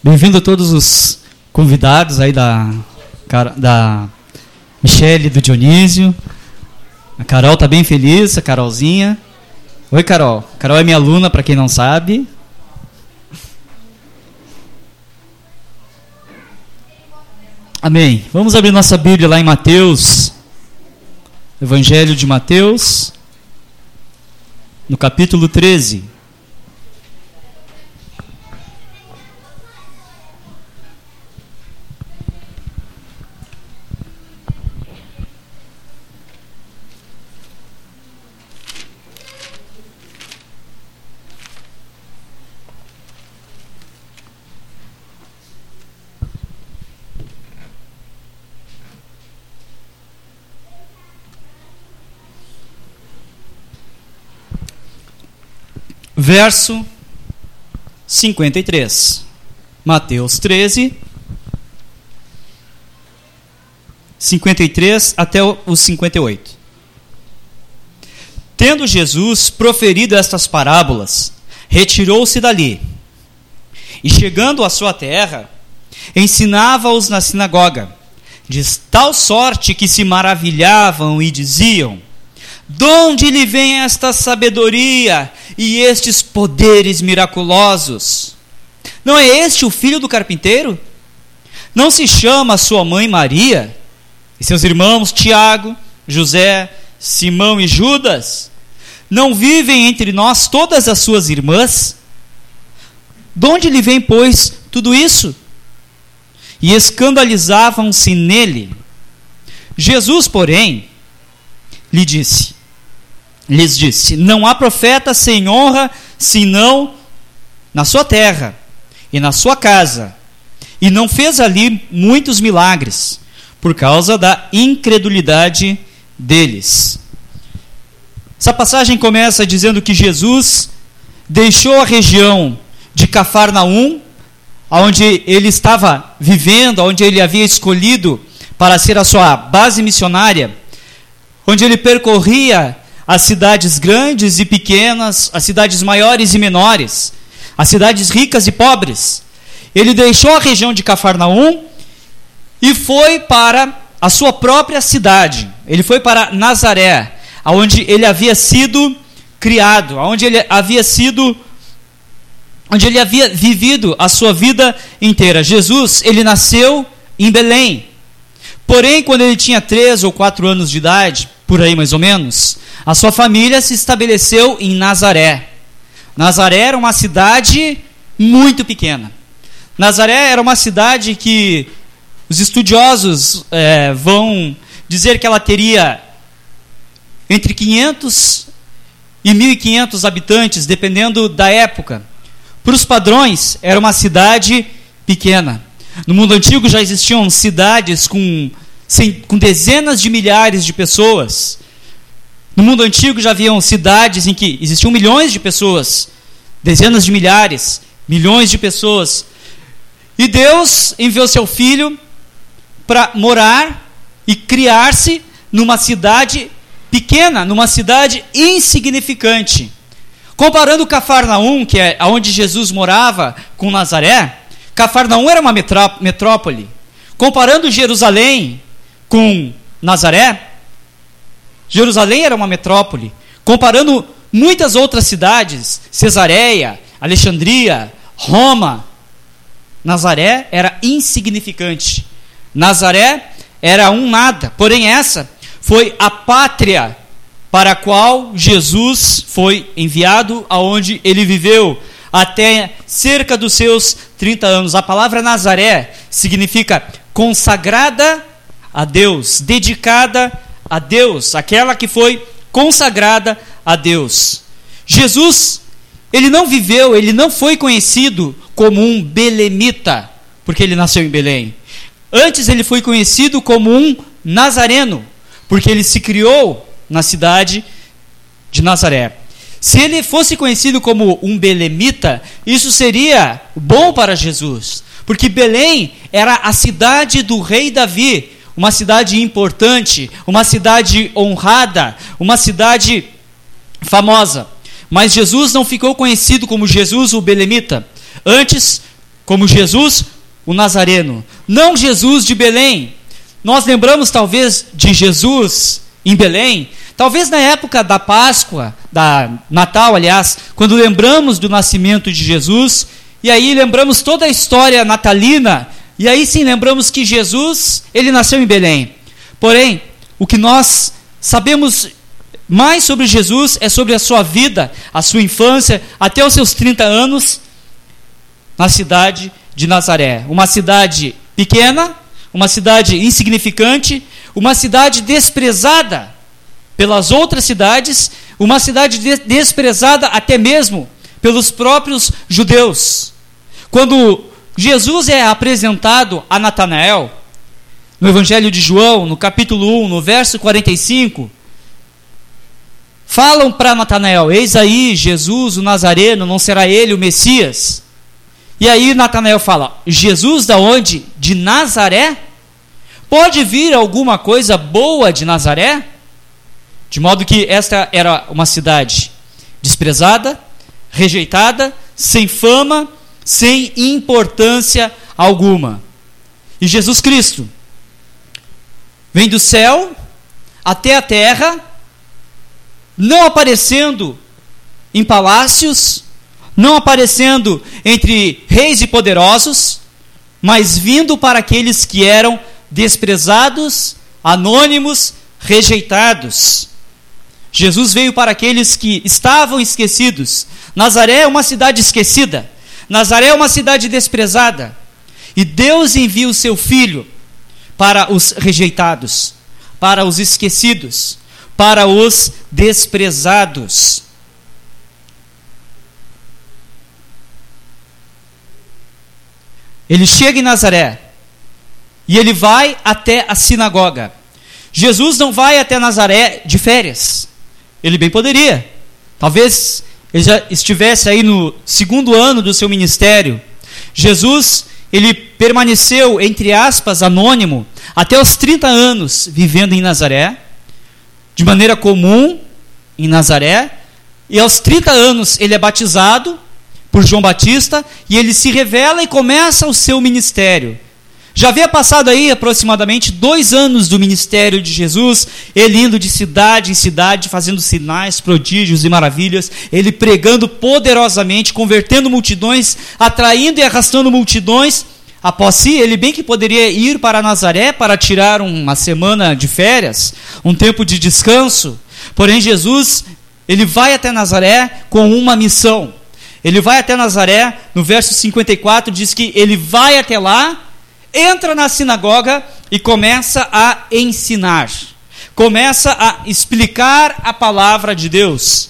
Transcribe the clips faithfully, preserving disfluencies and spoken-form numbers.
Bem-vindo a todos os convidados aí da, da Michele e do Dionísio. A Carol está bem feliz, a Carolzinha. Oi, Carol. Carol é minha aluna, para quem não sabe. Amém. Vamos abrir nossa Bíblia lá em Mateus, Evangelho de Mateus, no capítulo treze. Verso cinquenta e três. Mateus treze, cinquenta e três até os cinquenta e oito. Tendo Jesus proferido estas parábolas, retirou-se dali, e chegando à sua terra, ensinava-os na sinagoga, de tal sorte que se maravilhavam e diziam: de onde lhe vem esta sabedoria e estes poderes miraculosos? Não é este o filho do carpinteiro? Não se chama sua mãe Maria? E seus irmãos Tiago, José, Simão e Judas? Não vivem entre nós todas as suas irmãs? De onde lhe vem, pois, tudo isso? E escandalizavam-se nele. Jesus, porém, lhe disse, lhes disse: não há profeta sem honra, senão na sua terra e na sua casa. E não fez ali muitos milagres, por causa da incredulidade deles. Essa passagem começa dizendo que Jesus deixou a região de Cafarnaum, onde ele estava vivendo, onde ele havia escolhido para ser a sua base missionária, onde ele percorria as cidades grandes e pequenas, as cidades maiores e menores, as cidades ricas e pobres. Ele deixou a região de Cafarnaum e foi para a sua própria cidade. Ele foi para Nazaré, onde ele havia sido criado, onde ele havia sido, onde ele havia vivido a sua vida inteira. Jesus, ele nasceu em Belém. Porém, quando ele tinha três ou quatro anos de idade, por aí mais ou menos, a sua família se estabeleceu em Nazaré. Nazaré era uma cidade muito pequena. Nazaré era uma cidade que os estudiosos é, vão dizer que ela teria entre quinhentos e mil e quinhentos habitantes, dependendo da época. Para os padrões, era uma cidade pequena. No mundo antigo já existiam cidades com, sem, com dezenas de milhares de pessoas. No mundo antigo já haviam cidades em que existiam milhões de pessoas, dezenas de milhares, milhões de pessoas. E Deus enviou seu Filho para morar e criar-se numa cidade pequena, numa cidade insignificante. Comparando Cafarnaum, que é onde Jesus morava, com Nazaré, Cafarnaum era uma metrópole. Comparando Jerusalém com Nazaré, Jerusalém era uma metrópole. Comparando muitas outras cidades, Cesareia, Alexandria, Roma, Nazaré era insignificante. Nazaré era um nada. Porém, essa foi a pátria para a qual Jesus foi enviado, aonde ele viveu até cerca dos seus trinta anos. A palavra Nazaré significa consagrada a Deus, dedicada a Deus, aquela que foi consagrada a Deus. Jesus, ele não viveu, ele não foi conhecido como um belemita, porque ele nasceu em Belém. Antes ele foi conhecido como um nazareno, porque ele se criou na cidade de Nazaré. Se ele fosse conhecido como um belemita, isso seria bom para Jesus, porque Belém era a cidade do rei Davi, uma cidade importante, uma cidade honrada, uma cidade famosa. Mas Jesus não ficou conhecido como Jesus o belemita. Antes, como Jesus, o Nazareno, não Jesus de Belém. Nós lembramos talvez de Jesus em Belém, talvez na época da Páscoa, da Natal, aliás, quando lembramos do nascimento de Jesus, e aí lembramos toda a história natalina, e aí sim lembramos que Jesus, ele nasceu em Belém. Porém, o que nós sabemos mais sobre Jesus é sobre a sua vida, a sua infância, até os seus trinta anos, na cidade de Nazaré. Uma cidade pequena, uma cidade insignificante, uma cidade desprezada pelas outras cidades, uma cidade de- desprezada até mesmo pelos próprios judeus. Quando Jesus é apresentado a Natanael, no Evangelho de João, no capítulo um, no verso quarenta e cinco, falam para Natanael: eis aí Jesus, o Nazareno, não será ele o Messias? E aí Natanael fala: Jesus da onde? De Nazaré? Pode vir alguma coisa boa de Nazaré? De modo que esta era uma cidade desprezada, rejeitada, sem fama, sem importância alguma. E Jesus Cristo vem do céu até a terra, não aparecendo em palácios, não aparecendo entre reis e poderosos, mas vindo para aqueles que eram desprezados, anônimos, rejeitados. Jesus veio para aqueles que estavam esquecidos. Nazaré é uma cidade esquecida, Nazaré é uma cidade desprezada, e Deus envia o seu Filho para os rejeitados, para os esquecidos, para os desprezados. Ele chega em Nazaré e ele vai até a sinagoga. Jesus não vai até Nazaré de férias. Ele bem poderia. Talvez ele já estivesse aí no segundo ano do seu ministério. Jesus, ele permaneceu, entre aspas, anônimo, até os trinta anos, vivendo em Nazaré, de maneira comum, em Nazaré, e aos trinta anos ele é batizado por João Batista, e ele se revela e começa o seu ministério. Já havia passado aí aproximadamente dois anos do ministério de Jesus, ele indo de cidade em cidade, fazendo sinais, prodígios e maravilhas, ele pregando poderosamente, convertendo multidões, atraindo e arrastando multidões. Após si, ele bem que poderia ir para Nazaré para tirar uma semana de férias, um tempo de descanso. Porém, Jesus, ele vai até Nazaré com uma missão. Ele vai até Nazaré, no verso cinquenta e quatro, diz que ele vai até lá, entra na sinagoga e começa a ensinar. Começa a explicar a palavra de Deus.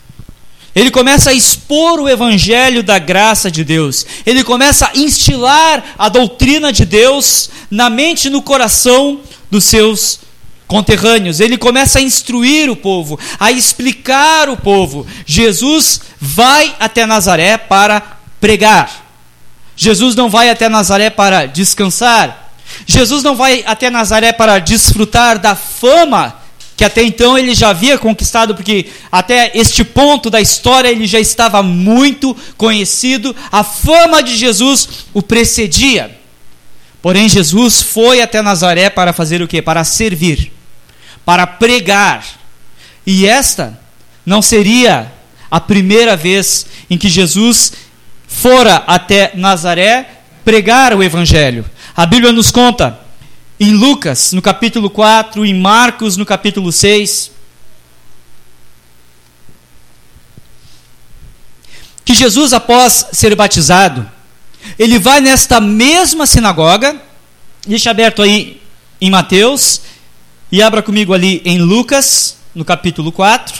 Ele começa a expor o evangelho da graça de Deus. Ele começa a instilar a doutrina de Deus na mente e no coração dos seus conterrâneos. Ele começa a instruir o povo, a explicar o povo. Jesus vai até Nazaré para pregar. Jesus não vai até Nazaré para descansar. Jesus não vai até Nazaré para desfrutar da fama que até então ele já havia conquistado, porque até este ponto da história ele já estava muito conhecido, a fama de Jesus o precedia. Porém, Jesus foi até Nazaré para fazer o quê? Para servir, para pregar. E esta não seria a primeira vez em que Jesus fora até Nazaré pregar o evangelho. A Bíblia nos conta em Lucas, no capítulo quatro, em Marcos, no capítulo seis, que Jesus, após ser batizado, ele vai nesta mesma sinagoga. Deixa aberto aí em Mateus, e abra comigo ali em Lucas, no capítulo quatro.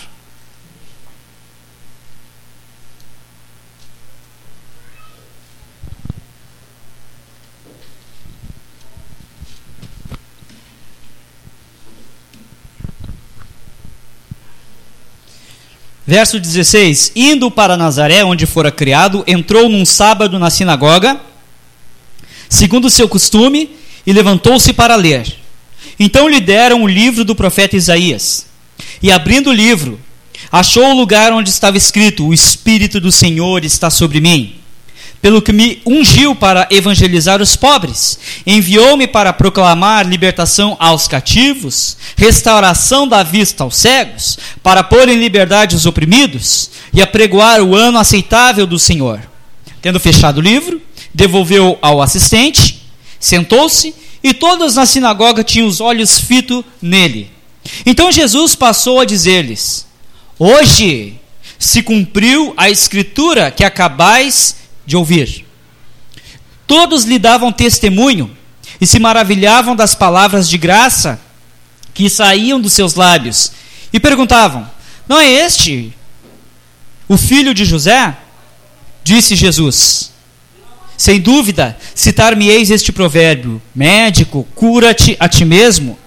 Verso dezesseis: indo para Nazaré, onde fora criado, entrou num sábado na sinagoga, segundo o seu costume, e levantou-se para ler. Então lhe deram o livro do profeta Isaías. E abrindo o livro, achou o lugar onde estava escrito: o Espírito do Senhor está sobre mim, pelo que me ungiu para evangelizar os pobres, enviou-me para proclamar libertação aos cativos, restauração da vista aos cegos, para pôr em liberdade os oprimidos e apregoar o ano aceitável do Senhor. Tendo fechado o livro, devolveu ao assistente, sentou-se, e todos na sinagoga tinham os olhos fitos nele. Então Jesus passou a dizer-lhes: hoje se cumpriu a escritura que acabais de ouvir. Todos lhe davam testemunho e se maravilhavam das palavras de graça que saíam dos seus lábios e perguntavam: não é este o filho de José? Disse Jesus: sem dúvida, citar-me-eis este provérbio: médico, cura-te a ti mesmo.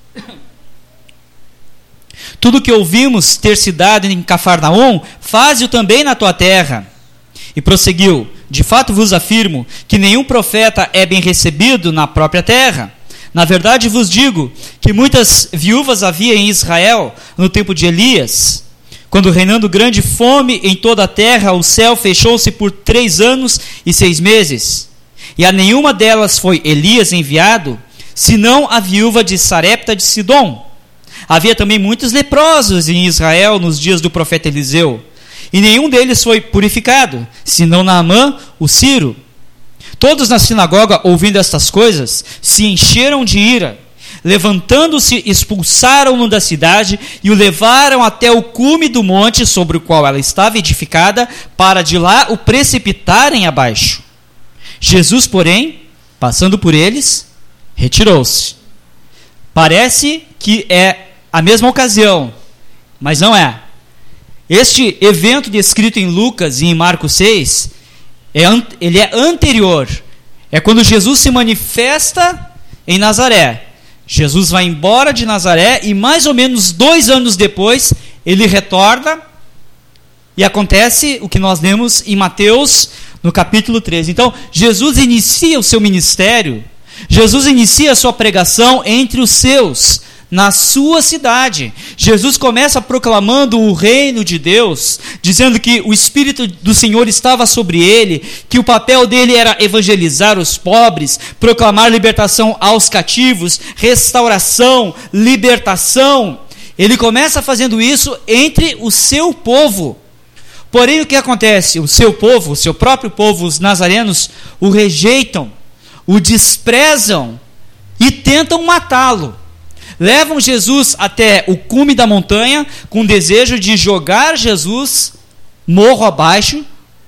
Tudo que ouvimos ter se dado em Cafarnaum, faze-o também na tua terra. E prosseguiu: de fato vos afirmo que nenhum profeta é bem recebido na própria terra. Na verdade vos digo que muitas viúvas havia em Israel no tempo de Elias, quando reinando grande fome em toda a terra, o céu fechou-se por três anos e seis meses. E a nenhuma delas foi Elias enviado, senão a viúva de Sarepta de Sidom. Havia também muitos leprosos em Israel nos dias do profeta Eliseu, e nenhum deles foi purificado, senão Naamã, o Ciro. Todos na sinagoga, ouvindo estas coisas, se encheram de ira. Levantando-se, expulsaram-no da cidade e o levaram até o cume do monte sobre o qual ela estava edificada, para de lá o precipitarem abaixo. Jesus, porém, passando por eles, retirou-se. Parece que é a mesma ocasião, mas não é. Este evento descrito em Lucas e em Marcos seis, é, ele é anterior. É quando Jesus se manifesta em Nazaré. Jesus vai embora de Nazaré e mais ou menos dois anos depois, ele retorna e acontece o que nós lemos em Mateus, no capítulo treze. Então, Jesus inicia o seu ministério, Jesus inicia a sua pregação entre os seus, na sua cidade. Jesus começa proclamando o reino de Deus, dizendo que o Espírito do Senhor estava sobre ele, que o papel dele era evangelizar os pobres, proclamar libertação aos cativos, restauração, libertação. Ele começa fazendo isso entre o seu povo. Porém, o que acontece? O seu povo, o seu próprio povo, os nazarenos, o rejeitam, o desprezam e tentam matá-lo. Levam Jesus até o cume da montanha com o desejo de jogar Jesus morro abaixo,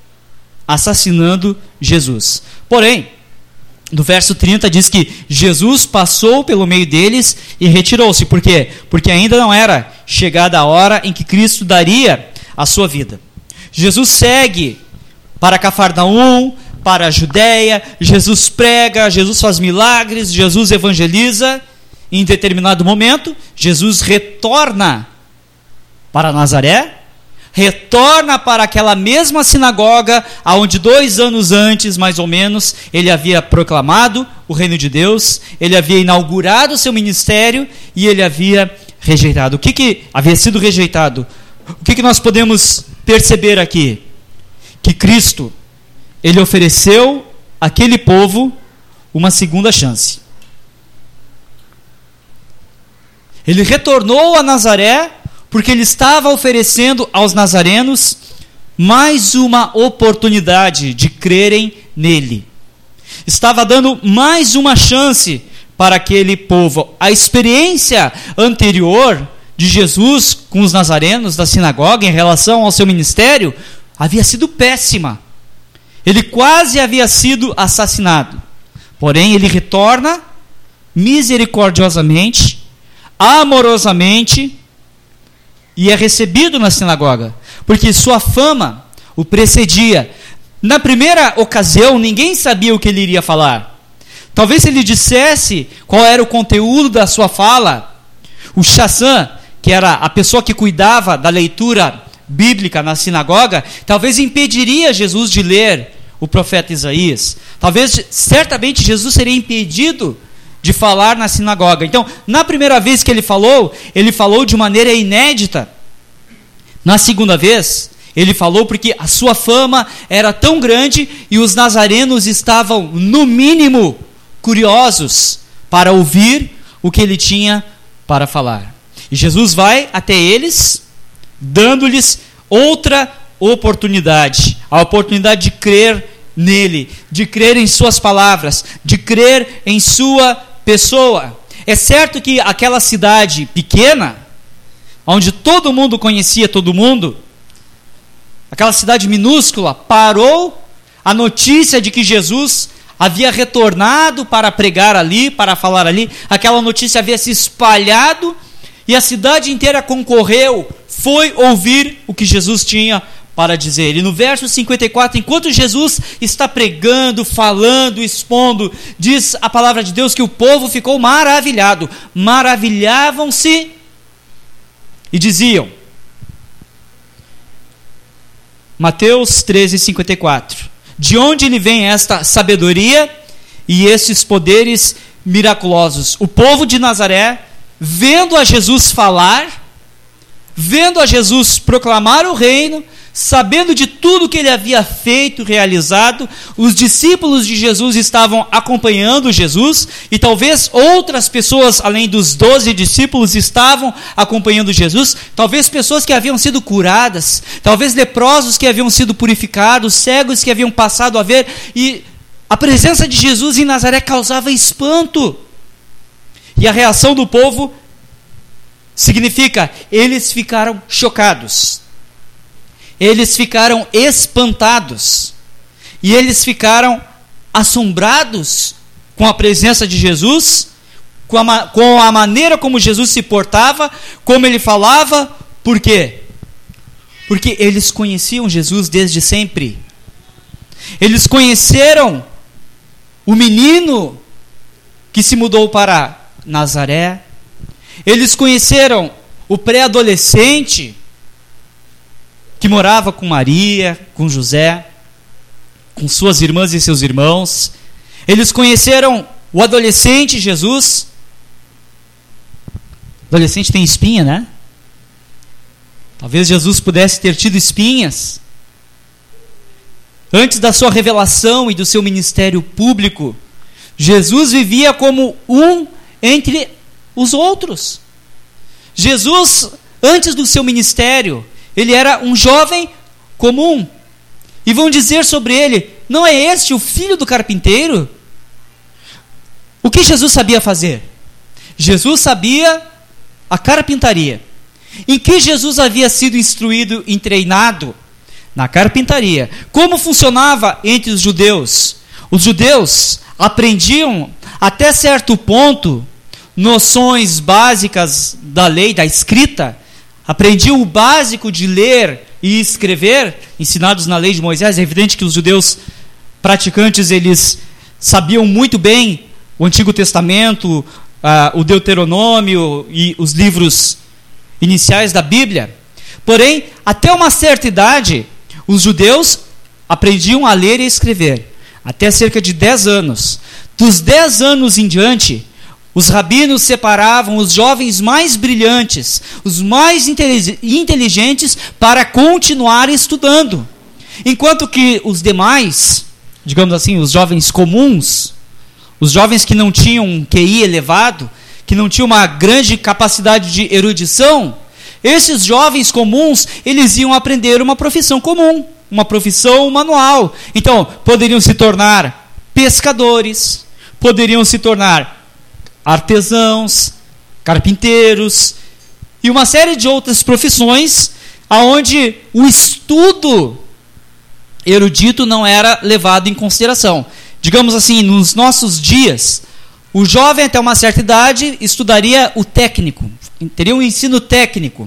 assassinando Jesus. Porém, no verso trinta diz que Jesus passou pelo meio deles e retirou-se. Por quê? Porque ainda não era chegada a hora em que Cristo daria a sua vida. Jesus segue para Cafarnaum, para a Judéia, Jesus prega, Jesus faz milagres, Jesus evangeliza. Em determinado momento, Jesus retorna para Nazaré, retorna para aquela mesma sinagoga, onde dois anos antes, mais ou menos, ele havia proclamado o reino de Deus, ele havia inaugurado o seu ministério e ele havia rejeitado. O que, que havia sido rejeitado? O que, que nós podemos perceber aqui? Que Cristo, ele ofereceu àquele povo uma segunda chance. Ele retornou a Nazaré porque ele estava oferecendo aos nazarenos mais uma oportunidade de crerem nele. Estava dando mais uma chance para aquele povo. A experiência anterior de Jesus com os nazarenos da sinagoga em relação ao seu ministério havia sido péssima. Ele quase havia sido assassinado. Porém, ele retorna misericordiosamente, amorosamente, e é recebido na sinagoga, porque sua fama o precedia. Na primeira ocasião, ninguém sabia o que ele iria falar. Talvez se ele dissesse qual era o conteúdo da sua fala, o Chassan, que era a pessoa que cuidava da leitura bíblica na sinagoga, talvez impediria Jesus de ler o profeta Isaías. Talvez, certamente, Jesus seria impedido de falar na sinagoga. Então, na primeira vez que ele falou, ele falou de maneira inédita. Na segunda vez, Ele falou porque a sua fama era tão grande e os nazarenos estavam, no mínimo, curiosos para ouvir o que ele tinha para falar. E Jesus vai até eles, dando-lhes outra oportunidade, a oportunidade de crer nele, de crer em suas palavras, de crer em sua pessoa. É certo que aquela cidade pequena, onde todo mundo conhecia todo mundo, aquela cidade minúscula, parou a notícia de que Jesus havia retornado para pregar ali, para falar ali. Aquela notícia havia se espalhado e a cidade inteira concorreu, foi ouvir o que Jesus tinha para dizer. E no verso cinquenta e quatro, enquanto Jesus está pregando, falando, expondo, diz a palavra de Deus que o povo ficou maravilhado, maravilhavam-se e diziam, Mateus treze, cinquenta e quatro, de onde lhe vem esta sabedoria e estes poderes miraculosos? O povo de Nazaré, vendo a Jesus falar, vendo a Jesus proclamar o reino, sabendo de tudo que ele havia feito, realizado, os discípulos de Jesus estavam acompanhando Jesus, e talvez outras pessoas, além dos doze discípulos, estavam acompanhando Jesus, talvez pessoas que haviam sido curadas, talvez leprosos que haviam sido purificados, cegos que haviam passado a ver, e a presença de Jesus em Nazaré causava espanto. E a reação do povo significa, eles ficaram chocados. Eles ficaram espantados e eles ficaram assombrados com a presença de Jesus, com a, com a maneira como Jesus se portava, como ele falava. Por quê? Porque eles conheciam Jesus desde sempre. Eles conheceram o menino que se mudou para Nazaré. Eles conheceram o pré-adolescente que morava com Maria, com José, com suas irmãs e seus irmãos. Eles conheceram o adolescente Jesus. O adolescente tem espinha, né? Talvez Jesus pudesse ter tido espinhas. Antes da sua revelação e do seu ministério público, Jesus vivia como um entre os outros. Jesus, antes do seu ministério, ele era um jovem comum. E vão dizer sobre ele, não é este o filho do carpinteiro? O que Jesus sabia fazer? Jesus sabia a carpintaria. Em que Jesus havia sido instruído e treinado? Na carpintaria. Como funcionava entre os judeus? Os judeus aprendiam até certo ponto noções básicas da lei, da escrita. Aprendiam o básico de ler e escrever, ensinados na lei de Moisés. É evidente que os judeus praticantes, eles sabiam muito bem o Antigo Testamento, uh, o Deuteronômio e os livros iniciais da Bíblia. Porém, até uma certa idade, os judeus aprendiam a ler e escrever, até cerca de dez anos. Dos dez anos em diante, os rabinos separavam os jovens mais brilhantes, os mais inteligentes, para continuar estudando. Enquanto que os demais, digamos assim, os jovens comuns, os jovens que não tinham um Q I elevado, que não tinham uma grande capacidade de erudição, esses jovens comuns, eles iam aprender uma profissão comum, uma profissão manual. Então, poderiam se tornar pescadores, poderiam se tornar artesãos, carpinteiros e uma série de outras profissões aonde o estudo erudito não era levado em consideração. Digamos assim, nos nossos dias, o jovem até uma certa idade estudaria o técnico, teria um ensino técnico,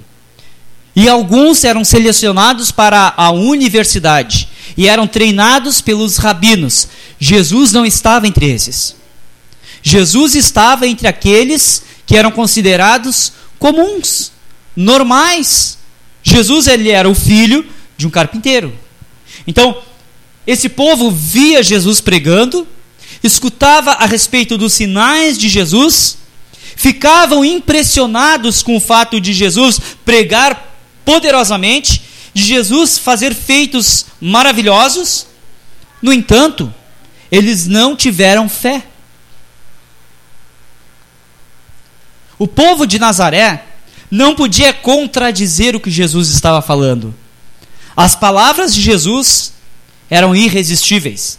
e alguns eram selecionados para a universidade e eram treinados pelos rabinos. Jesus não estava entre esses. Jesus estava entre aqueles que eram considerados comuns, normais. Jesus, ele era o filho de um carpinteiro. Então, esse povo via Jesus pregando, escutava a respeito dos sinais de Jesus, ficavam impressionados com o fato de Jesus pregar poderosamente, de Jesus fazer feitos maravilhosos. No entanto, eles não tiveram fé. O povo de Nazaré não podia contradizer o que Jesus estava falando. As palavras de Jesus eram irresistíveis.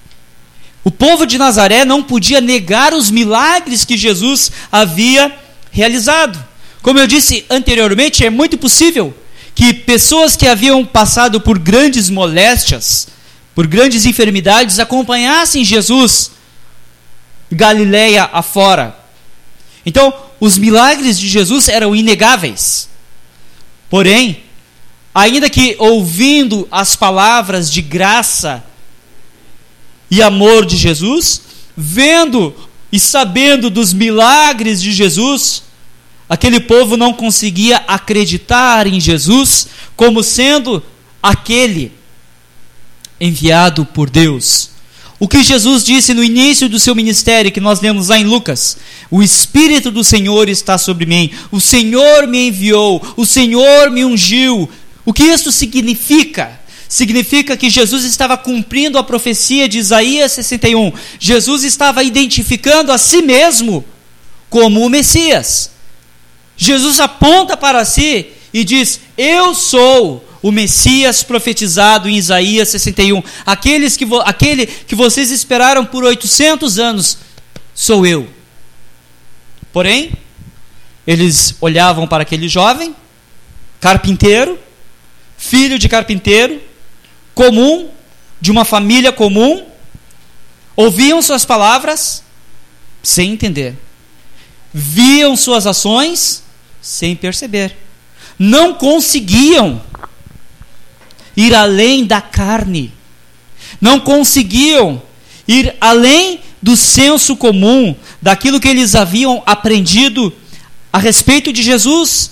O povo de Nazaré não podia negar os milagres que Jesus havia realizado. Como eu disse anteriormente, é muito possível que pessoas que haviam passado por grandes moléstias, por grandes enfermidades, acompanhassem Jesus Galileia afora. Então, os milagres de Jesus eram inegáveis. Porém, ainda que ouvindo as palavras de graça e amor de Jesus, vendo e sabendo dos milagres de Jesus, aquele povo não conseguia acreditar em Jesus como sendo aquele enviado por Deus. O que Jesus disse no início do seu ministério, que nós lemos lá em Lucas: o Espírito do Senhor está sobre mim, o Senhor me enviou, o Senhor me ungiu. O que isso significa? Significa que Jesus estava cumprindo a profecia de Isaías sessenta e um. Jesus estava identificando a si mesmo como o Messias. Jesus aponta para si e diz: eu sou o Messias profetizado em Isaías sessenta e um. Aqueles que vo, aquele que vocês esperaram por oitocentos anos, sou eu. Porém, eles olhavam para aquele jovem, carpinteiro, filho de carpinteiro, comum, de uma família comum, ouviam suas palavras sem entender, viam suas ações sem perceber, não conseguiam ir além da carne, não conseguiam ir além do senso comum, daquilo que eles haviam aprendido a respeito de Jesus.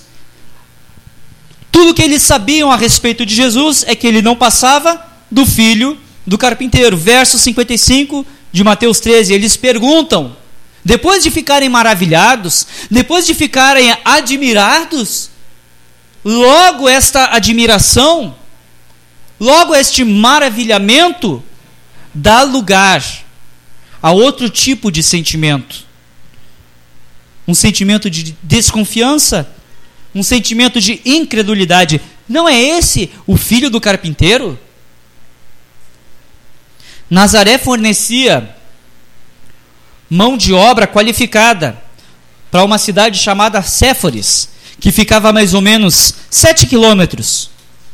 Tudo que eles sabiam a respeito de Jesus é que ele não passava do filho do carpinteiro. Verso cinquenta e cinco de Mateus treze, eles perguntam, depois de ficarem maravilhados, depois de ficarem admirados, logo esta admiração, logo este maravilhamento dá lugar a outro tipo de sentimento. Um sentimento de desconfiança, um sentimento de incredulidade. Não é esse o filho do carpinteiro? Nazaré fornecia mão de obra qualificada para uma cidade chamada Séforis, que ficava a mais ou menos sete quilômetros,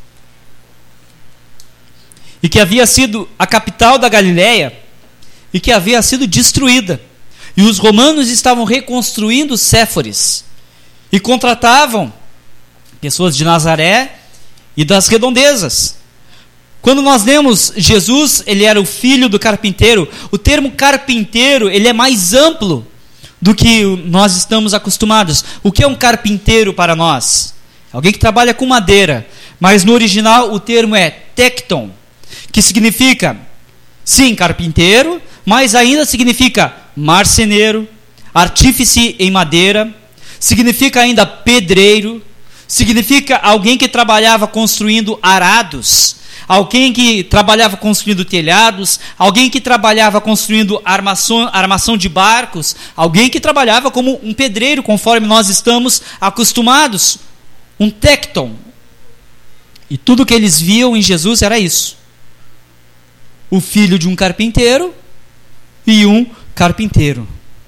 e que havia sido a capital da Galileia, e que havia sido destruída. E os romanos estavam reconstruindo Séforis, e contratavam pessoas de Nazaré e das redondezas. Quando nós lemos Jesus, ele era o filho do carpinteiro. O termo carpinteiro, ele é mais amplo do que nós estamos acostumados. O que é um carpinteiro para nós? Alguém que trabalha com madeira. Mas no original o termo é tecton, que significa, sim, carpinteiro, mas ainda significa marceneiro, artífice em madeira, significa ainda pedreiro, significa alguém que trabalhava construindo arados, alguém que trabalhava construindo telhados, alguém que trabalhava construindo armação, armação de barcos, alguém que trabalhava como um pedreiro, conforme nós estamos acostumados, um tecton. E tudo que eles viam em Jesus era isso: o filho de um carpinteiro e um carpinteiro.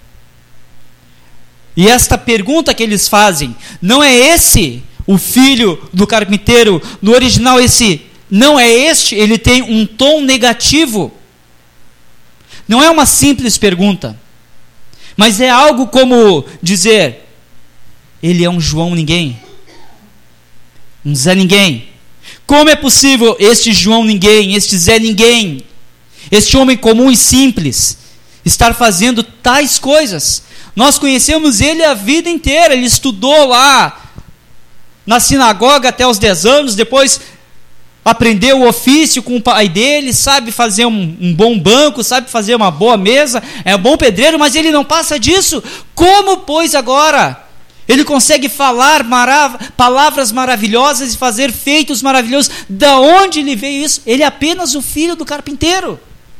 E esta pergunta que eles fazem, não é esse o filho do carpinteiro? No original, esse não é este, ele tem um tom negativo. Não é uma simples pergunta, mas é algo como dizer: ele é um João ninguém, um Zé ninguém. Como é possível este João ninguém, este Zé ninguém, este homem comum e simples, estar fazendo tais coisas? Nós conhecemos ele a vida inteira, ele estudou lá na sinagoga até os dez anos, depois aprendeu o ofício com o pai dele, sabe fazer um, um bom banco, sabe fazer uma boa mesa, é um bom pedreiro, mas ele não passa disso. Como, pois, agora Ele consegue falar marav- palavras maravilhosas e fazer feitos maravilhosos. Da onde lhe veio isso? Ele é apenas o filho do carpinteiro.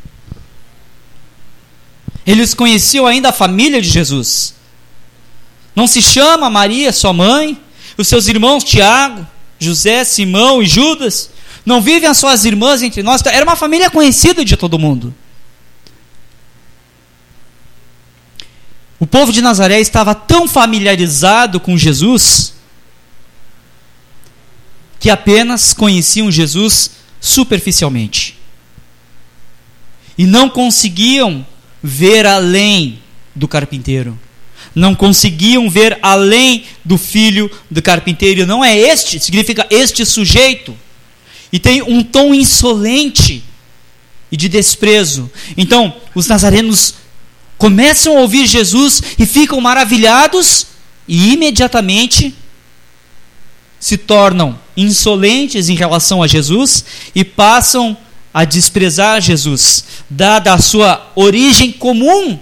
Eles conheciam ainda a família de Jesus. Não se chama Maria, sua mãe, os seus irmãos Tiago, José, Simão e Judas. Não vivem as suas irmãs entre nós. Era uma família conhecida de todo mundo. O povo de Nazaré estava tão familiarizado com Jesus que apenas conheciam Jesus superficialmente. E não conseguiam ver além do carpinteiro. Não conseguiam ver além do filho do carpinteiro. Não é este, significa este sujeito. E tem um tom insolente e de desprezo. Então, os nazarenos começam a ouvir Jesus e ficam maravilhados e imediatamente se tornam insolentes em relação a Jesus e passam a desprezar Jesus, dada a sua origem comum,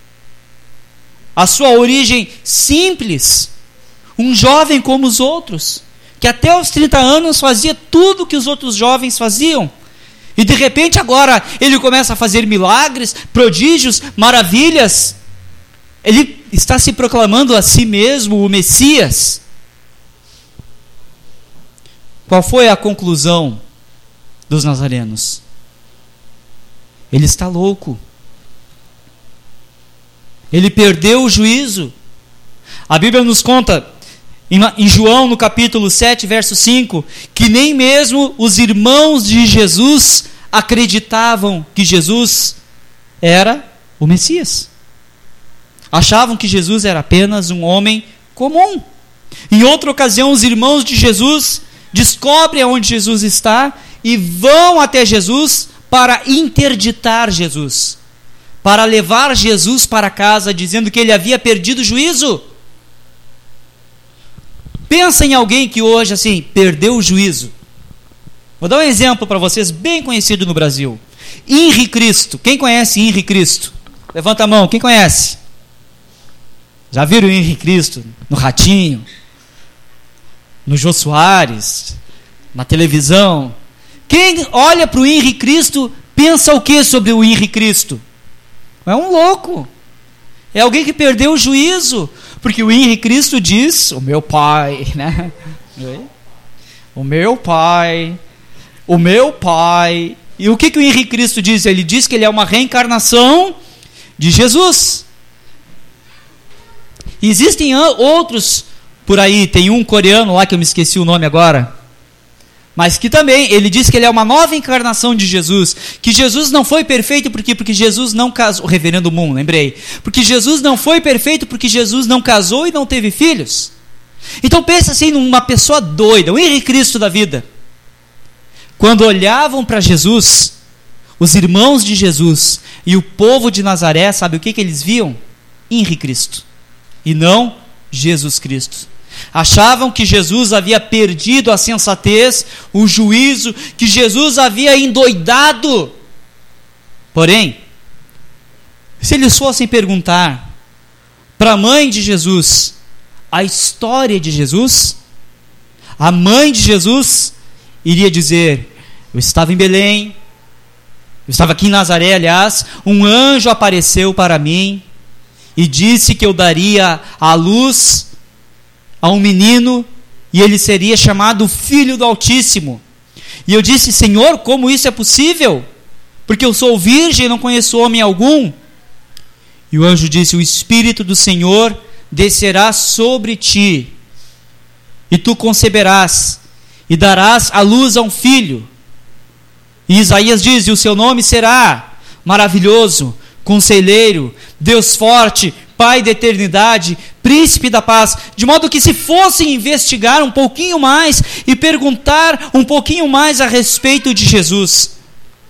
a sua origem simples, um jovem como os outros, que até os trinta anos fazia tudo o que os outros jovens faziam. E de repente agora ele começa a fazer milagres, prodígios, maravilhas. Ele está se proclamando a si mesmo o Messias. Qual foi a conclusão dos nazarenos? Ele está louco. Ele perdeu o juízo. A Bíblia nos conta em João, no capítulo sete, verso cinco, que nem mesmo os irmãos de Jesus acreditavam que Jesus era o Messias. Achavam que Jesus era apenas um homem comum. Em outra ocasião, os irmãos de Jesus descobrem onde Jesus está e vão até Jesus para interditar Jesus, para levar Jesus para casa, dizendo que ele havia perdido o juízo. Pensa em alguém que hoje, assim, perdeu o juízo. Vou dar um exemplo para vocês, bem conhecido no Brasil. Henri Cristo. Quem conhece Henri Cristo? Levanta a mão, quem conhece? Já viram o Henri Cristo no Ratinho? No Jô Soares? Na televisão? Quem olha para o Henri Cristo, pensa o que sobre o Henri Cristo? É um louco. É alguém que perdeu o juízo. Porque o Henri Cristo diz, o meu pai, né? O meu pai, o meu pai. E o que, que o Henri Cristo diz? Ele diz que ele é uma reencarnação de Jesus. E existem outros por aí, tem um coreano lá que eu me esqueci o nome agora, mas que também, ele diz que ele é uma nova encarnação de Jesus, que Jesus não foi perfeito, porque, porque Jesus não casou, o reverendo Moon, lembrei, porque Jesus não foi perfeito, porque Jesus não casou e não teve filhos. Então pensa assim, numa pessoa doida, o Henri Cristo da vida. Quando olhavam para Jesus, os irmãos de Jesus e o povo de Nazaré, sabe o que, que eles viam? Henri Cristo, e não Jesus Cristo. Achavam que Jesus havia perdido a sensatez, o juízo, que Jesus havia endoidado. Porém, se eles fossem perguntar para a mãe de Jesus a história de Jesus, a mãe de Jesus iria dizer: eu estava em Belém, eu estava aqui em Nazaré, aliás, um anjo apareceu para mim e disse que eu daria à luz a um menino, e ele seria chamado Filho do Altíssimo. E eu disse: Senhor, como isso é possível? Porque eu sou virgem e não conheço homem algum. E o anjo disse: o Espírito do Senhor descerá sobre ti, e tu conceberás, e darás à luz a um filho. E Isaías diz: e o seu nome será Maravilhoso, Conselheiro, Deus Forte, Pai da Eternidade, Príncipe da Paz. De modo que, se fossem investigar um pouquinho mais e perguntar um pouquinho mais a respeito de Jesus,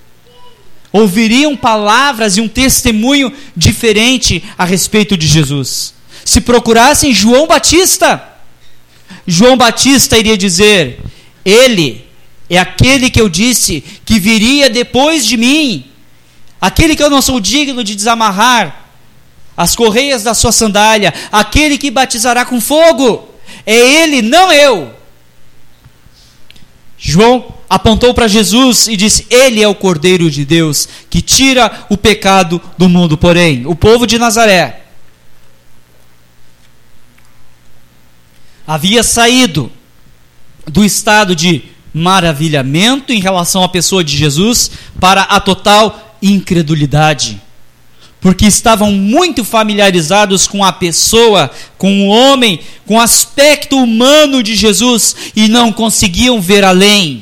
ouviriam palavras e um testemunho diferente a respeito de Jesus. Se procurassem João Batista, João Batista iria dizer: ele é aquele que eu disse que viria depois de mim, aquele que eu não sou digno de desamarrar as correias da sua sandália, aquele que batizará com fogo. É ele, não eu. João apontou para Jesus e disse: ele é o Cordeiro de Deus que tira o pecado do mundo. Porém, o povo de Nazaré havia saído do estado de maravilhamento em relação à pessoa de Jesus para a total incredulidade, porque estavam muito familiarizados com a pessoa, com o homem, com o aspecto humano de Jesus e não conseguiam ver além.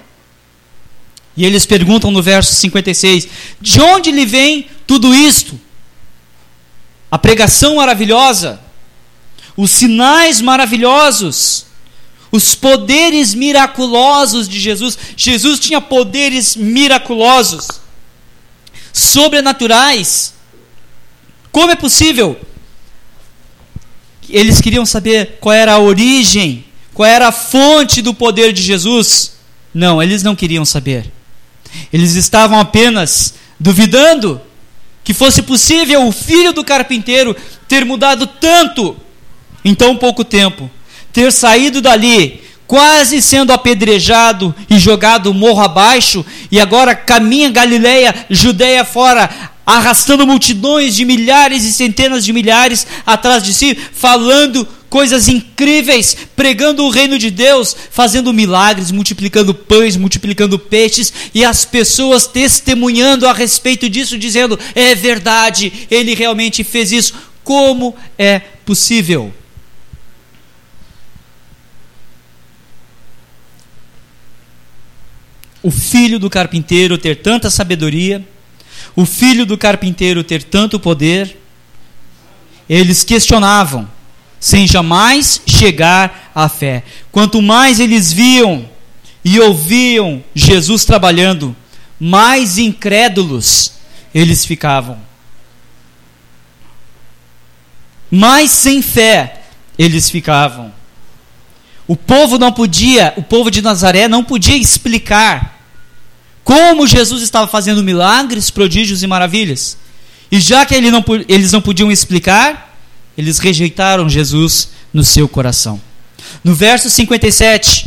E eles perguntam no verso cinquenta e seis: de onde lhe vem tudo isto? A pregação maravilhosa, os sinais maravilhosos, os poderes miraculosos de Jesus. Jesus tinha poderes miraculosos, sobrenaturais. Como é possível? Eles queriam saber qual era a origem, qual era a fonte do poder de Jesus. Não, eles não queriam saber. Eles estavam apenas duvidando que fosse possível o filho do carpinteiro ter mudado tanto em tão pouco tempo, ter saído dali quase sendo apedrejado e jogado morro abaixo, e agora caminha Galileia, Judeia fora, arrastando multidões de milhares e centenas de milhares atrás de si, falando coisas incríveis, pregando o reino de Deus, fazendo milagres, multiplicando pães, multiplicando peixes, e as pessoas testemunhando a respeito disso, dizendo: é verdade, ele realmente fez isso. Como é possível? O filho do carpinteiro ter tanta sabedoria, o filho do carpinteiro ter tanto poder. Eles questionavam, sem jamais chegar à fé. Quanto mais eles viam e ouviam Jesus trabalhando, mais incrédulos eles ficavam. Mais sem fé eles ficavam. O povo não podia, o povo de Nazaré não podia explicar como Jesus estava fazendo milagres, prodígios e maravilhas. E já que ele não, eles não podiam explicar, eles rejeitaram Jesus no seu coração. No verso cinquenta e sete,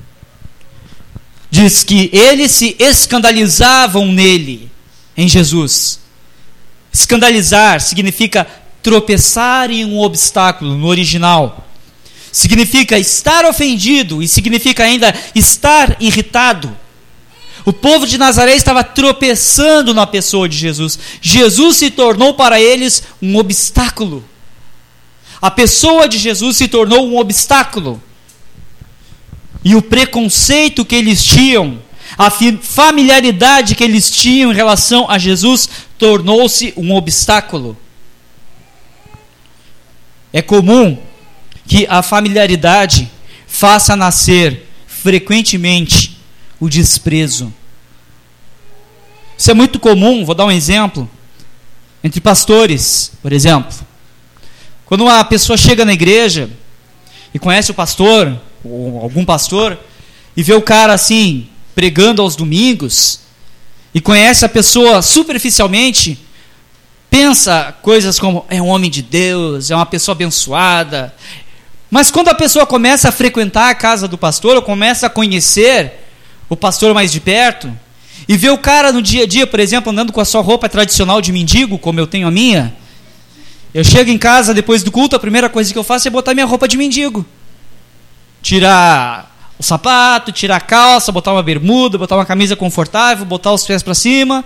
diz que eles se escandalizavam nele, em Jesus. Escandalizar significa tropeçar em um obstáculo, no original. Significa estar ofendido e significa ainda estar irritado. O povo de Nazaré estava tropeçando na pessoa de Jesus. Jesus se tornou para eles um obstáculo. A pessoa de Jesus se tornou um obstáculo. E o preconceito que eles tinham, a familiaridade que eles tinham em relação a Jesus, tornou-se um obstáculo. É comum que a familiaridade faça nascer frequentemente o desprezo. Isso é muito comum, vou dar um exemplo, entre pastores, por exemplo. Quando uma pessoa chega na igreja e conhece o pastor, ou algum pastor, e vê o cara assim, pregando aos domingos, e conhece a pessoa superficialmente, pensa coisas como: é um homem de Deus, é uma pessoa abençoada. Mas quando a pessoa começa a frequentar a casa do pastor, ou começa a conhecer o pastor mais de perto, e vê o cara no dia a dia, por exemplo, andando com a sua roupa tradicional de mendigo, como eu tenho a minha, eu chego em casa depois do culto, a primeira coisa que eu faço é botar minha roupa de mendigo. Tirar o sapato, tirar a calça, botar uma bermuda, botar uma camisa confortável, botar os pés para cima.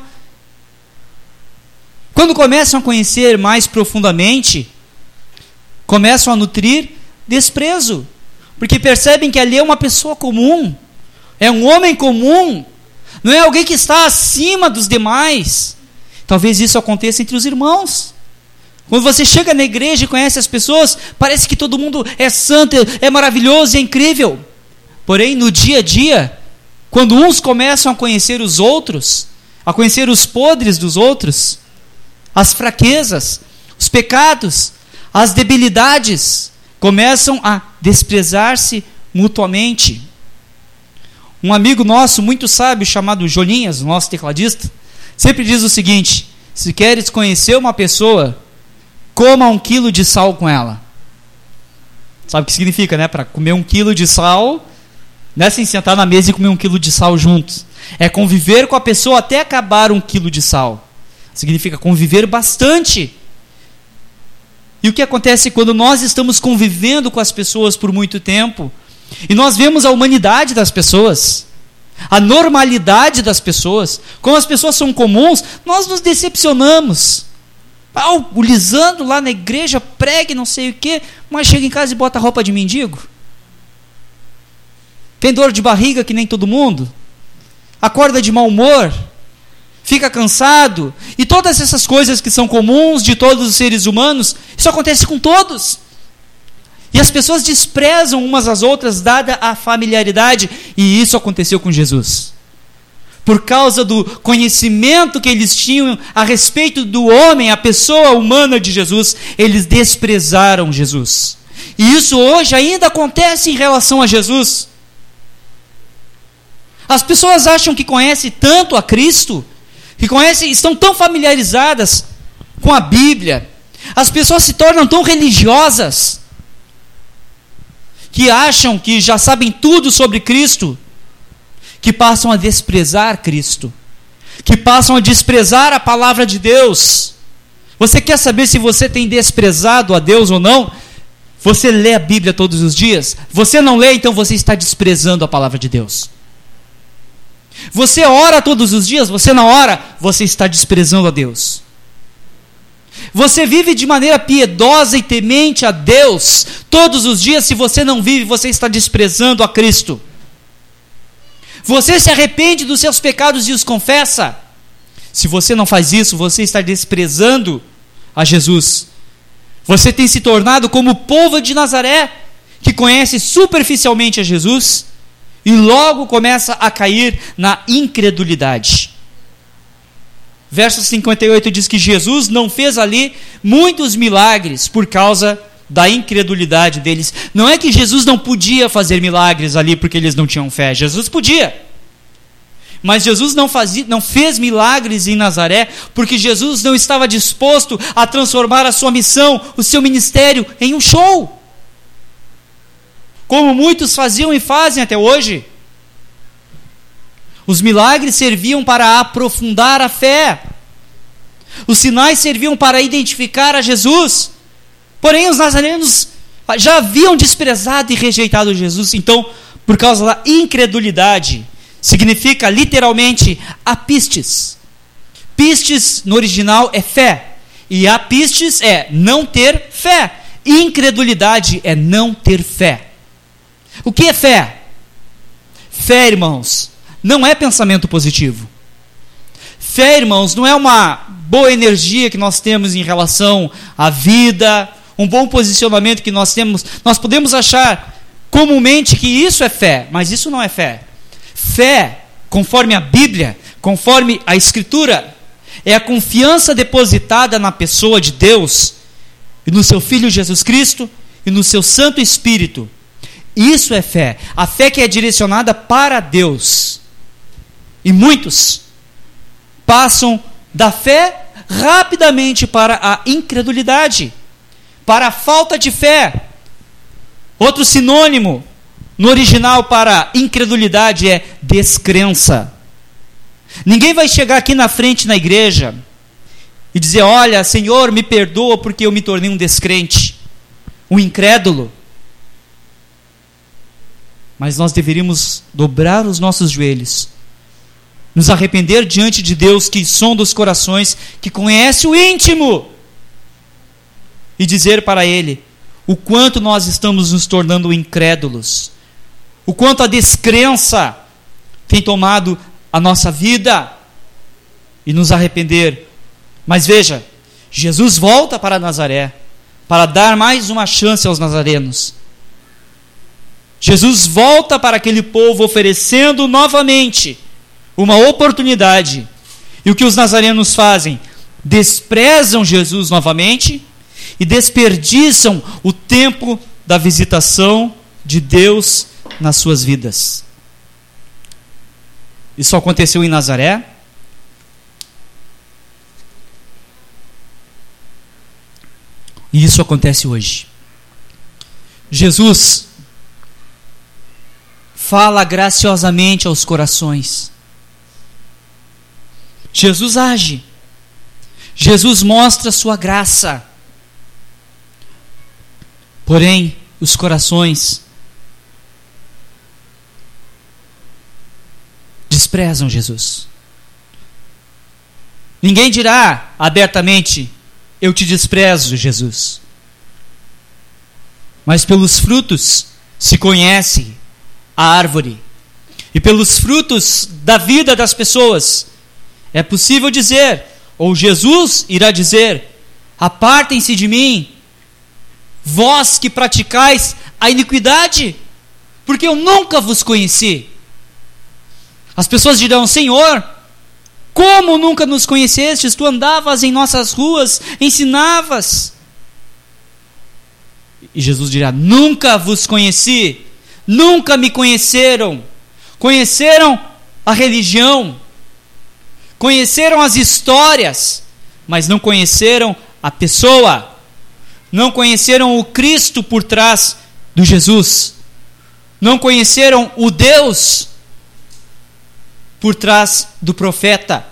Quando começam a conhecer mais profundamente, começam a nutrir desprezo, porque percebem que ali é uma pessoa comum, é um homem comum, não é alguém que está acima dos demais. Talvez isso aconteça entre os irmãos. Quando você chega na igreja e conhece as pessoas, parece que todo mundo é santo, é maravilhoso, é incrível. Porém, no dia a dia, quando uns começam a conhecer os outros, a conhecer os podres dos outros, as fraquezas, os pecados, as debilidades, começam a desprezar-se mutuamente. Um amigo nosso, muito sábio, chamado Jolinhas, nosso tecladista, sempre diz o seguinte: se queres conhecer uma pessoa, coma um quilo de sal com ela. Sabe o que significa, né? Para comer um quilo de sal, não é assim sentar na mesa e comer um quilo de sal juntos. É conviver com a pessoa até acabar um quilo de sal. Significa conviver bastante. E o que acontece quando nós estamos convivendo com as pessoas por muito tempo, e nós vemos a humanidade das pessoas, a normalidade das pessoas, como as pessoas são comuns, nós nos decepcionamos. Ah, o Lisandro lá na igreja prega e não sei o que, mas chega em casa e bota roupa de mendigo. Tem dor de barriga que nem todo mundo. Acorda de mau humor. Fica cansado. E todas essas coisas que são comuns de todos os seres humanos, isso acontece com todos. E as pessoas desprezam umas às outras, dada a familiaridade. E isso aconteceu com Jesus. Por causa do conhecimento que eles tinham a respeito do homem, a pessoa humana de Jesus, eles desprezaram Jesus. E isso hoje ainda acontece em relação a Jesus. As pessoas acham que conhecem tanto a Cristo, que conhecem, estão tão familiarizadas com a Bíblia. As pessoas se tornam tão religiosas, que acham que já sabem tudo sobre Cristo, que passam a desprezar Cristo, que passam a desprezar a palavra de Deus. Você quer saber se você tem desprezado a Deus ou não? Você lê a Bíblia todos os dias? Você não lê, então você está desprezando a palavra de Deus. Você ora todos os dias? Você não ora? Você está desprezando a Deus. Você vive de maneira piedosa e temente a Deus todos os dias? Se você não vive, você está desprezando a Cristo. Você se arrepende dos seus pecados e os confessa? Se você não faz isso, você está desprezando a Jesus. Você tem se tornado como o povo de Nazaré, que conhece superficialmente a Jesus e logo começa a cair na incredulidade. Verso cinquenta e oito diz que Jesus não fez ali muitos milagres por causa da incredulidade deles. Não é que Jesus não podia fazer milagres ali porque eles não tinham fé. Jesus podia. Mas Jesus não, fazia, não fez milagres em Nazaré porque Jesus não estava disposto a transformar a sua missão, o seu ministério, em um show. Como muitos faziam e fazem até hoje. Os milagres serviam para aprofundar a fé. Os sinais serviam para identificar a Jesus. Porém, os nazarenos já haviam desprezado e rejeitado Jesus. Então, por causa da incredulidade, significa literalmente apistes. Pistes no original é fé. E apistes é não ter fé. Incredulidade é não ter fé. O que é fé? Fé, irmãos, não é pensamento positivo. Fé, irmãos, não é uma boa energia que nós temos em relação à vida, um bom posicionamento que nós temos. Nós podemos achar comumente que isso é fé, mas isso não é fé. Fé, conforme a Bíblia, conforme a Escritura, é a confiança depositada na pessoa de Deus e no seu Filho Jesus Cristo e no seu Santo Espírito. Isso é fé. A fé que é direcionada para Deus. E muitos passam da fé rapidamente para a incredulidade, para a falta de fé. Outro sinônimo no original para incredulidade é descrença. Ninguém vai chegar aqui na frente na igreja e dizer: olha, Senhor, me perdoa porque eu me tornei um descrente, um incrédulo. Mas nós deveríamos dobrar os nossos joelhos, nos arrepender diante de Deus que sonda os corações, que conhece o íntimo, e dizer para Ele o quanto nós estamos nos tornando incrédulos, o quanto a descrença tem tomado a nossa vida, e nos arrepender. Mas veja, Jesus volta para Nazaré para dar mais uma chance aos nazarenos. Jesus volta para aquele povo oferecendo novamente uma oportunidade. E o que os nazarenos fazem? Desprezam Jesus novamente e desperdiçam o tempo da visitação de Deus nas suas vidas. Isso aconteceu em Nazaré. E isso acontece hoje. Jesus fala graciosamente aos corações. Jesus age. Jesus mostra sua graça. Porém, os corações desprezam Jesus. Ninguém dirá abertamente: eu te desprezo, Jesus. Mas pelos frutos se conhece a árvore. E pelos frutos da vida das pessoas é possível dizer, ou Jesus irá dizer: apartem-se de mim, vós que praticais a iniquidade, porque eu nunca vos conheci. As pessoas dirão: Senhor, como nunca nos conhecestes? Tu andavas em nossas ruas, ensinavas. E Jesus dirá: nunca vos conheci, nunca me conheceram. Conheceram a religião, conheceram as histórias, mas não conheceram a pessoa, não conheceram o Cristo por trás do Jesus, não conheceram o Deus por trás do profeta.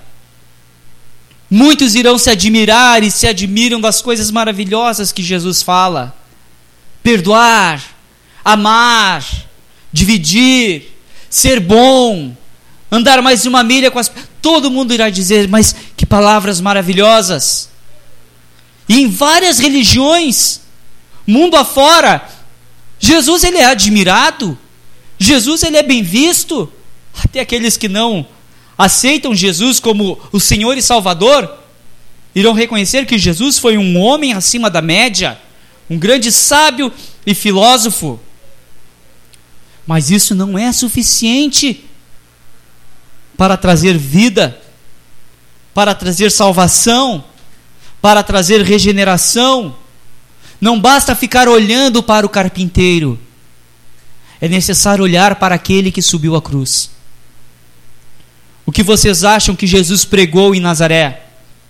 Muitos irão se admirar e se admiram das coisas maravilhosas que Jesus fala: perdoar, amar, dividir, ser bom, andar mais de uma milha com as... Todo mundo irá dizer: mas que palavras maravilhosas. E em várias religiões, mundo afora, Jesus ele é admirado, Jesus ele é bem visto. Até aqueles que não aceitam Jesus como o Senhor e Salvador irão reconhecer que Jesus foi um homem acima da média, um grande sábio e filósofo. Mas isso não é suficiente para trazer vida, para trazer salvação, para trazer regeneração. Não basta ficar olhando para o carpinteiro, é necessário olhar para aquele que subiu a cruz. O que vocês acham que Jesus pregou em Nazaré?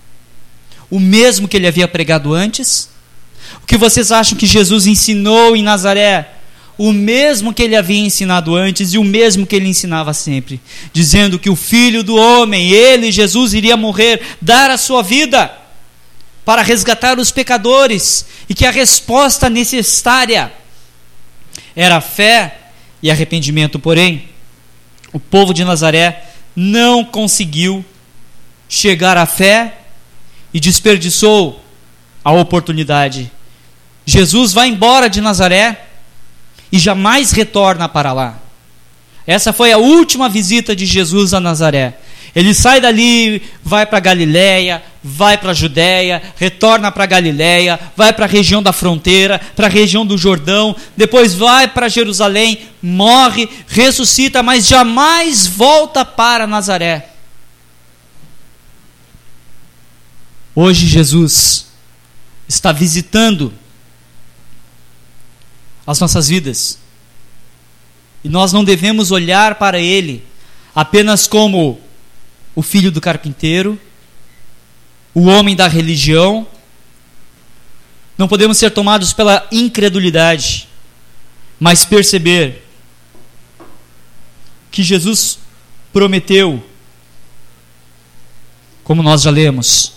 O mesmo que ele havia pregado antes? O que vocês acham que Jesus ensinou em Nazaré? O mesmo que ele havia ensinado antes e o mesmo que ele ensinava sempre, dizendo que o Filho do Homem, ele, Jesus, iria morrer, dar a sua vida para resgatar os pecadores, e que a resposta necessária era fé e arrependimento. Porém, o povo de Nazaré não conseguiu chegar à fé e desperdiçou a oportunidade. Jesus vai embora de Nazaré e jamais retorna para lá. Essa foi a última visita de Jesus a Nazaré. Ele sai dali, vai para Galiléia, vai para a Judéia, retorna para Galiléia, vai para a região da fronteira, para a região do Jordão, depois vai para Jerusalém, morre, ressuscita, mas jamais volta para Nazaré. Hoje Jesus está visitando as nossas vidas, e nós não devemos olhar para Ele apenas como o filho do carpinteiro, o homem da religião. Não podemos ser tomados pela incredulidade, mas perceber que Jesus prometeu, como nós já lemos: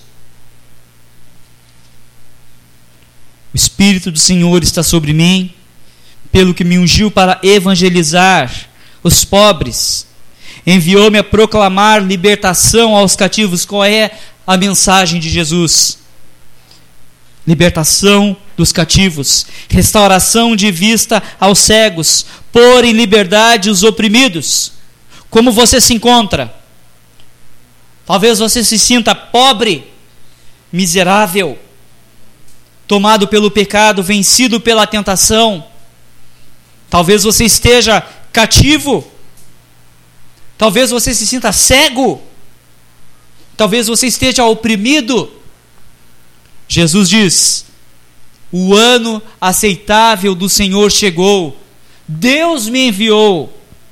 o Espírito do Senhor está sobre mim, pelo que me ungiu para evangelizar os pobres, enviou-me a proclamar libertação aos cativos. Qual é a mensagem de Jesus? Libertação dos cativos, restauração de vista aos cegos, pôr em liberdade os oprimidos. Como você se encontra? Talvez você se sinta pobre, miserável, tomado pelo pecado, vencido pela tentação. Talvez você esteja cativo. Talvez você se sinta cego. Talvez você esteja oprimido. Jesus diz: o ano aceitável do Senhor chegou. Deus me enviou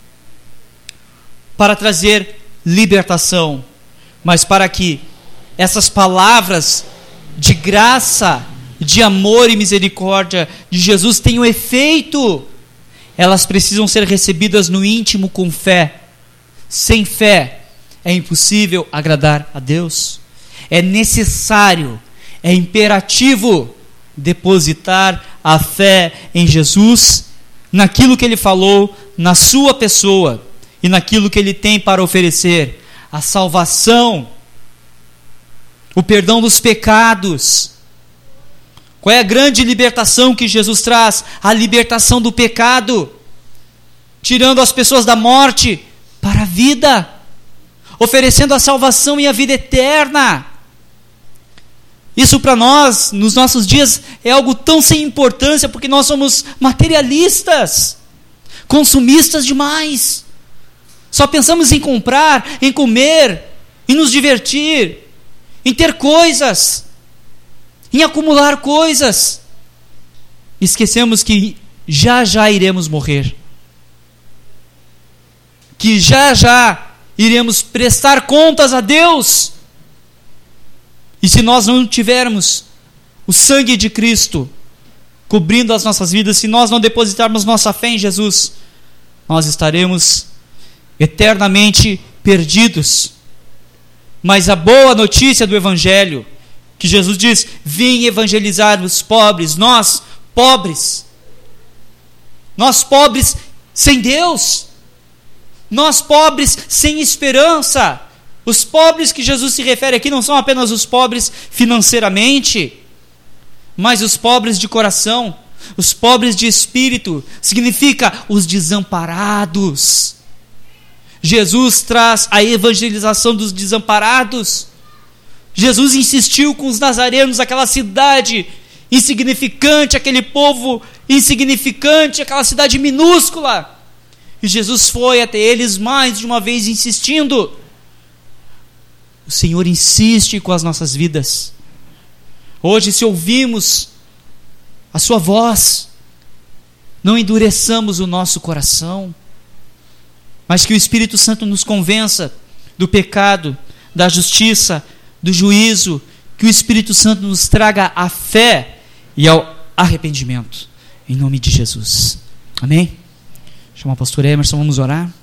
para trazer libertação, mas para que essas palavras de graça de amor e misericórdia de Jesus tenham efeito, elas precisam ser recebidas no íntimo com fé. Sem fé é impossível agradar a Deus. É necessário, é imperativo depositar a fé em Jesus, naquilo que Ele falou, na sua pessoa e naquilo que Ele tem para oferecer. A salvação, o perdão dos pecados. Qual é a grande libertação que Jesus traz? A libertação do pecado, tirando as pessoas da morte para a vida, oferecendo a salvação e a vida eterna. Isso para nós, nos nossos dias, é algo tão sem importância, porque nós somos materialistas, consumistas demais. Só pensamos em comprar, em comer, em nos divertir, em ter coisas, em acumular coisas. Esquecemos que já já iremos morrer, que já já iremos prestar contas a Deus. E se nós não tivermos o sangue de Cristo cobrindo as nossas vidas, se nós não depositarmos nossa fé em Jesus, nós estaremos eternamente perdidos. Mas a boa notícia do Evangelho, que Jesus diz: vim evangelizar os pobres, nós pobres, nós pobres sem Deus, nós pobres sem esperança. Os pobres que Jesus se refere aqui não são apenas os pobres financeiramente, mas os pobres de coração, os pobres de espírito, significa os desamparados. Jesus traz a evangelização dos desamparados. Jesus insistiu com os nazarenos, aquela cidade insignificante, aquele povo insignificante, aquela cidade minúscula. E Jesus foi até eles mais de uma vez insistindo. O Senhor insiste com as nossas vidas. Hoje, se ouvimos a sua voz, não endureçamos o nosso coração, mas que o Espírito Santo nos convença do pecado, da justiça, do juízo, que o Espírito Santo nos traga a fé e ao arrependimento, em nome de Jesus. Amém? Chama o pastor Emerson, vamos orar.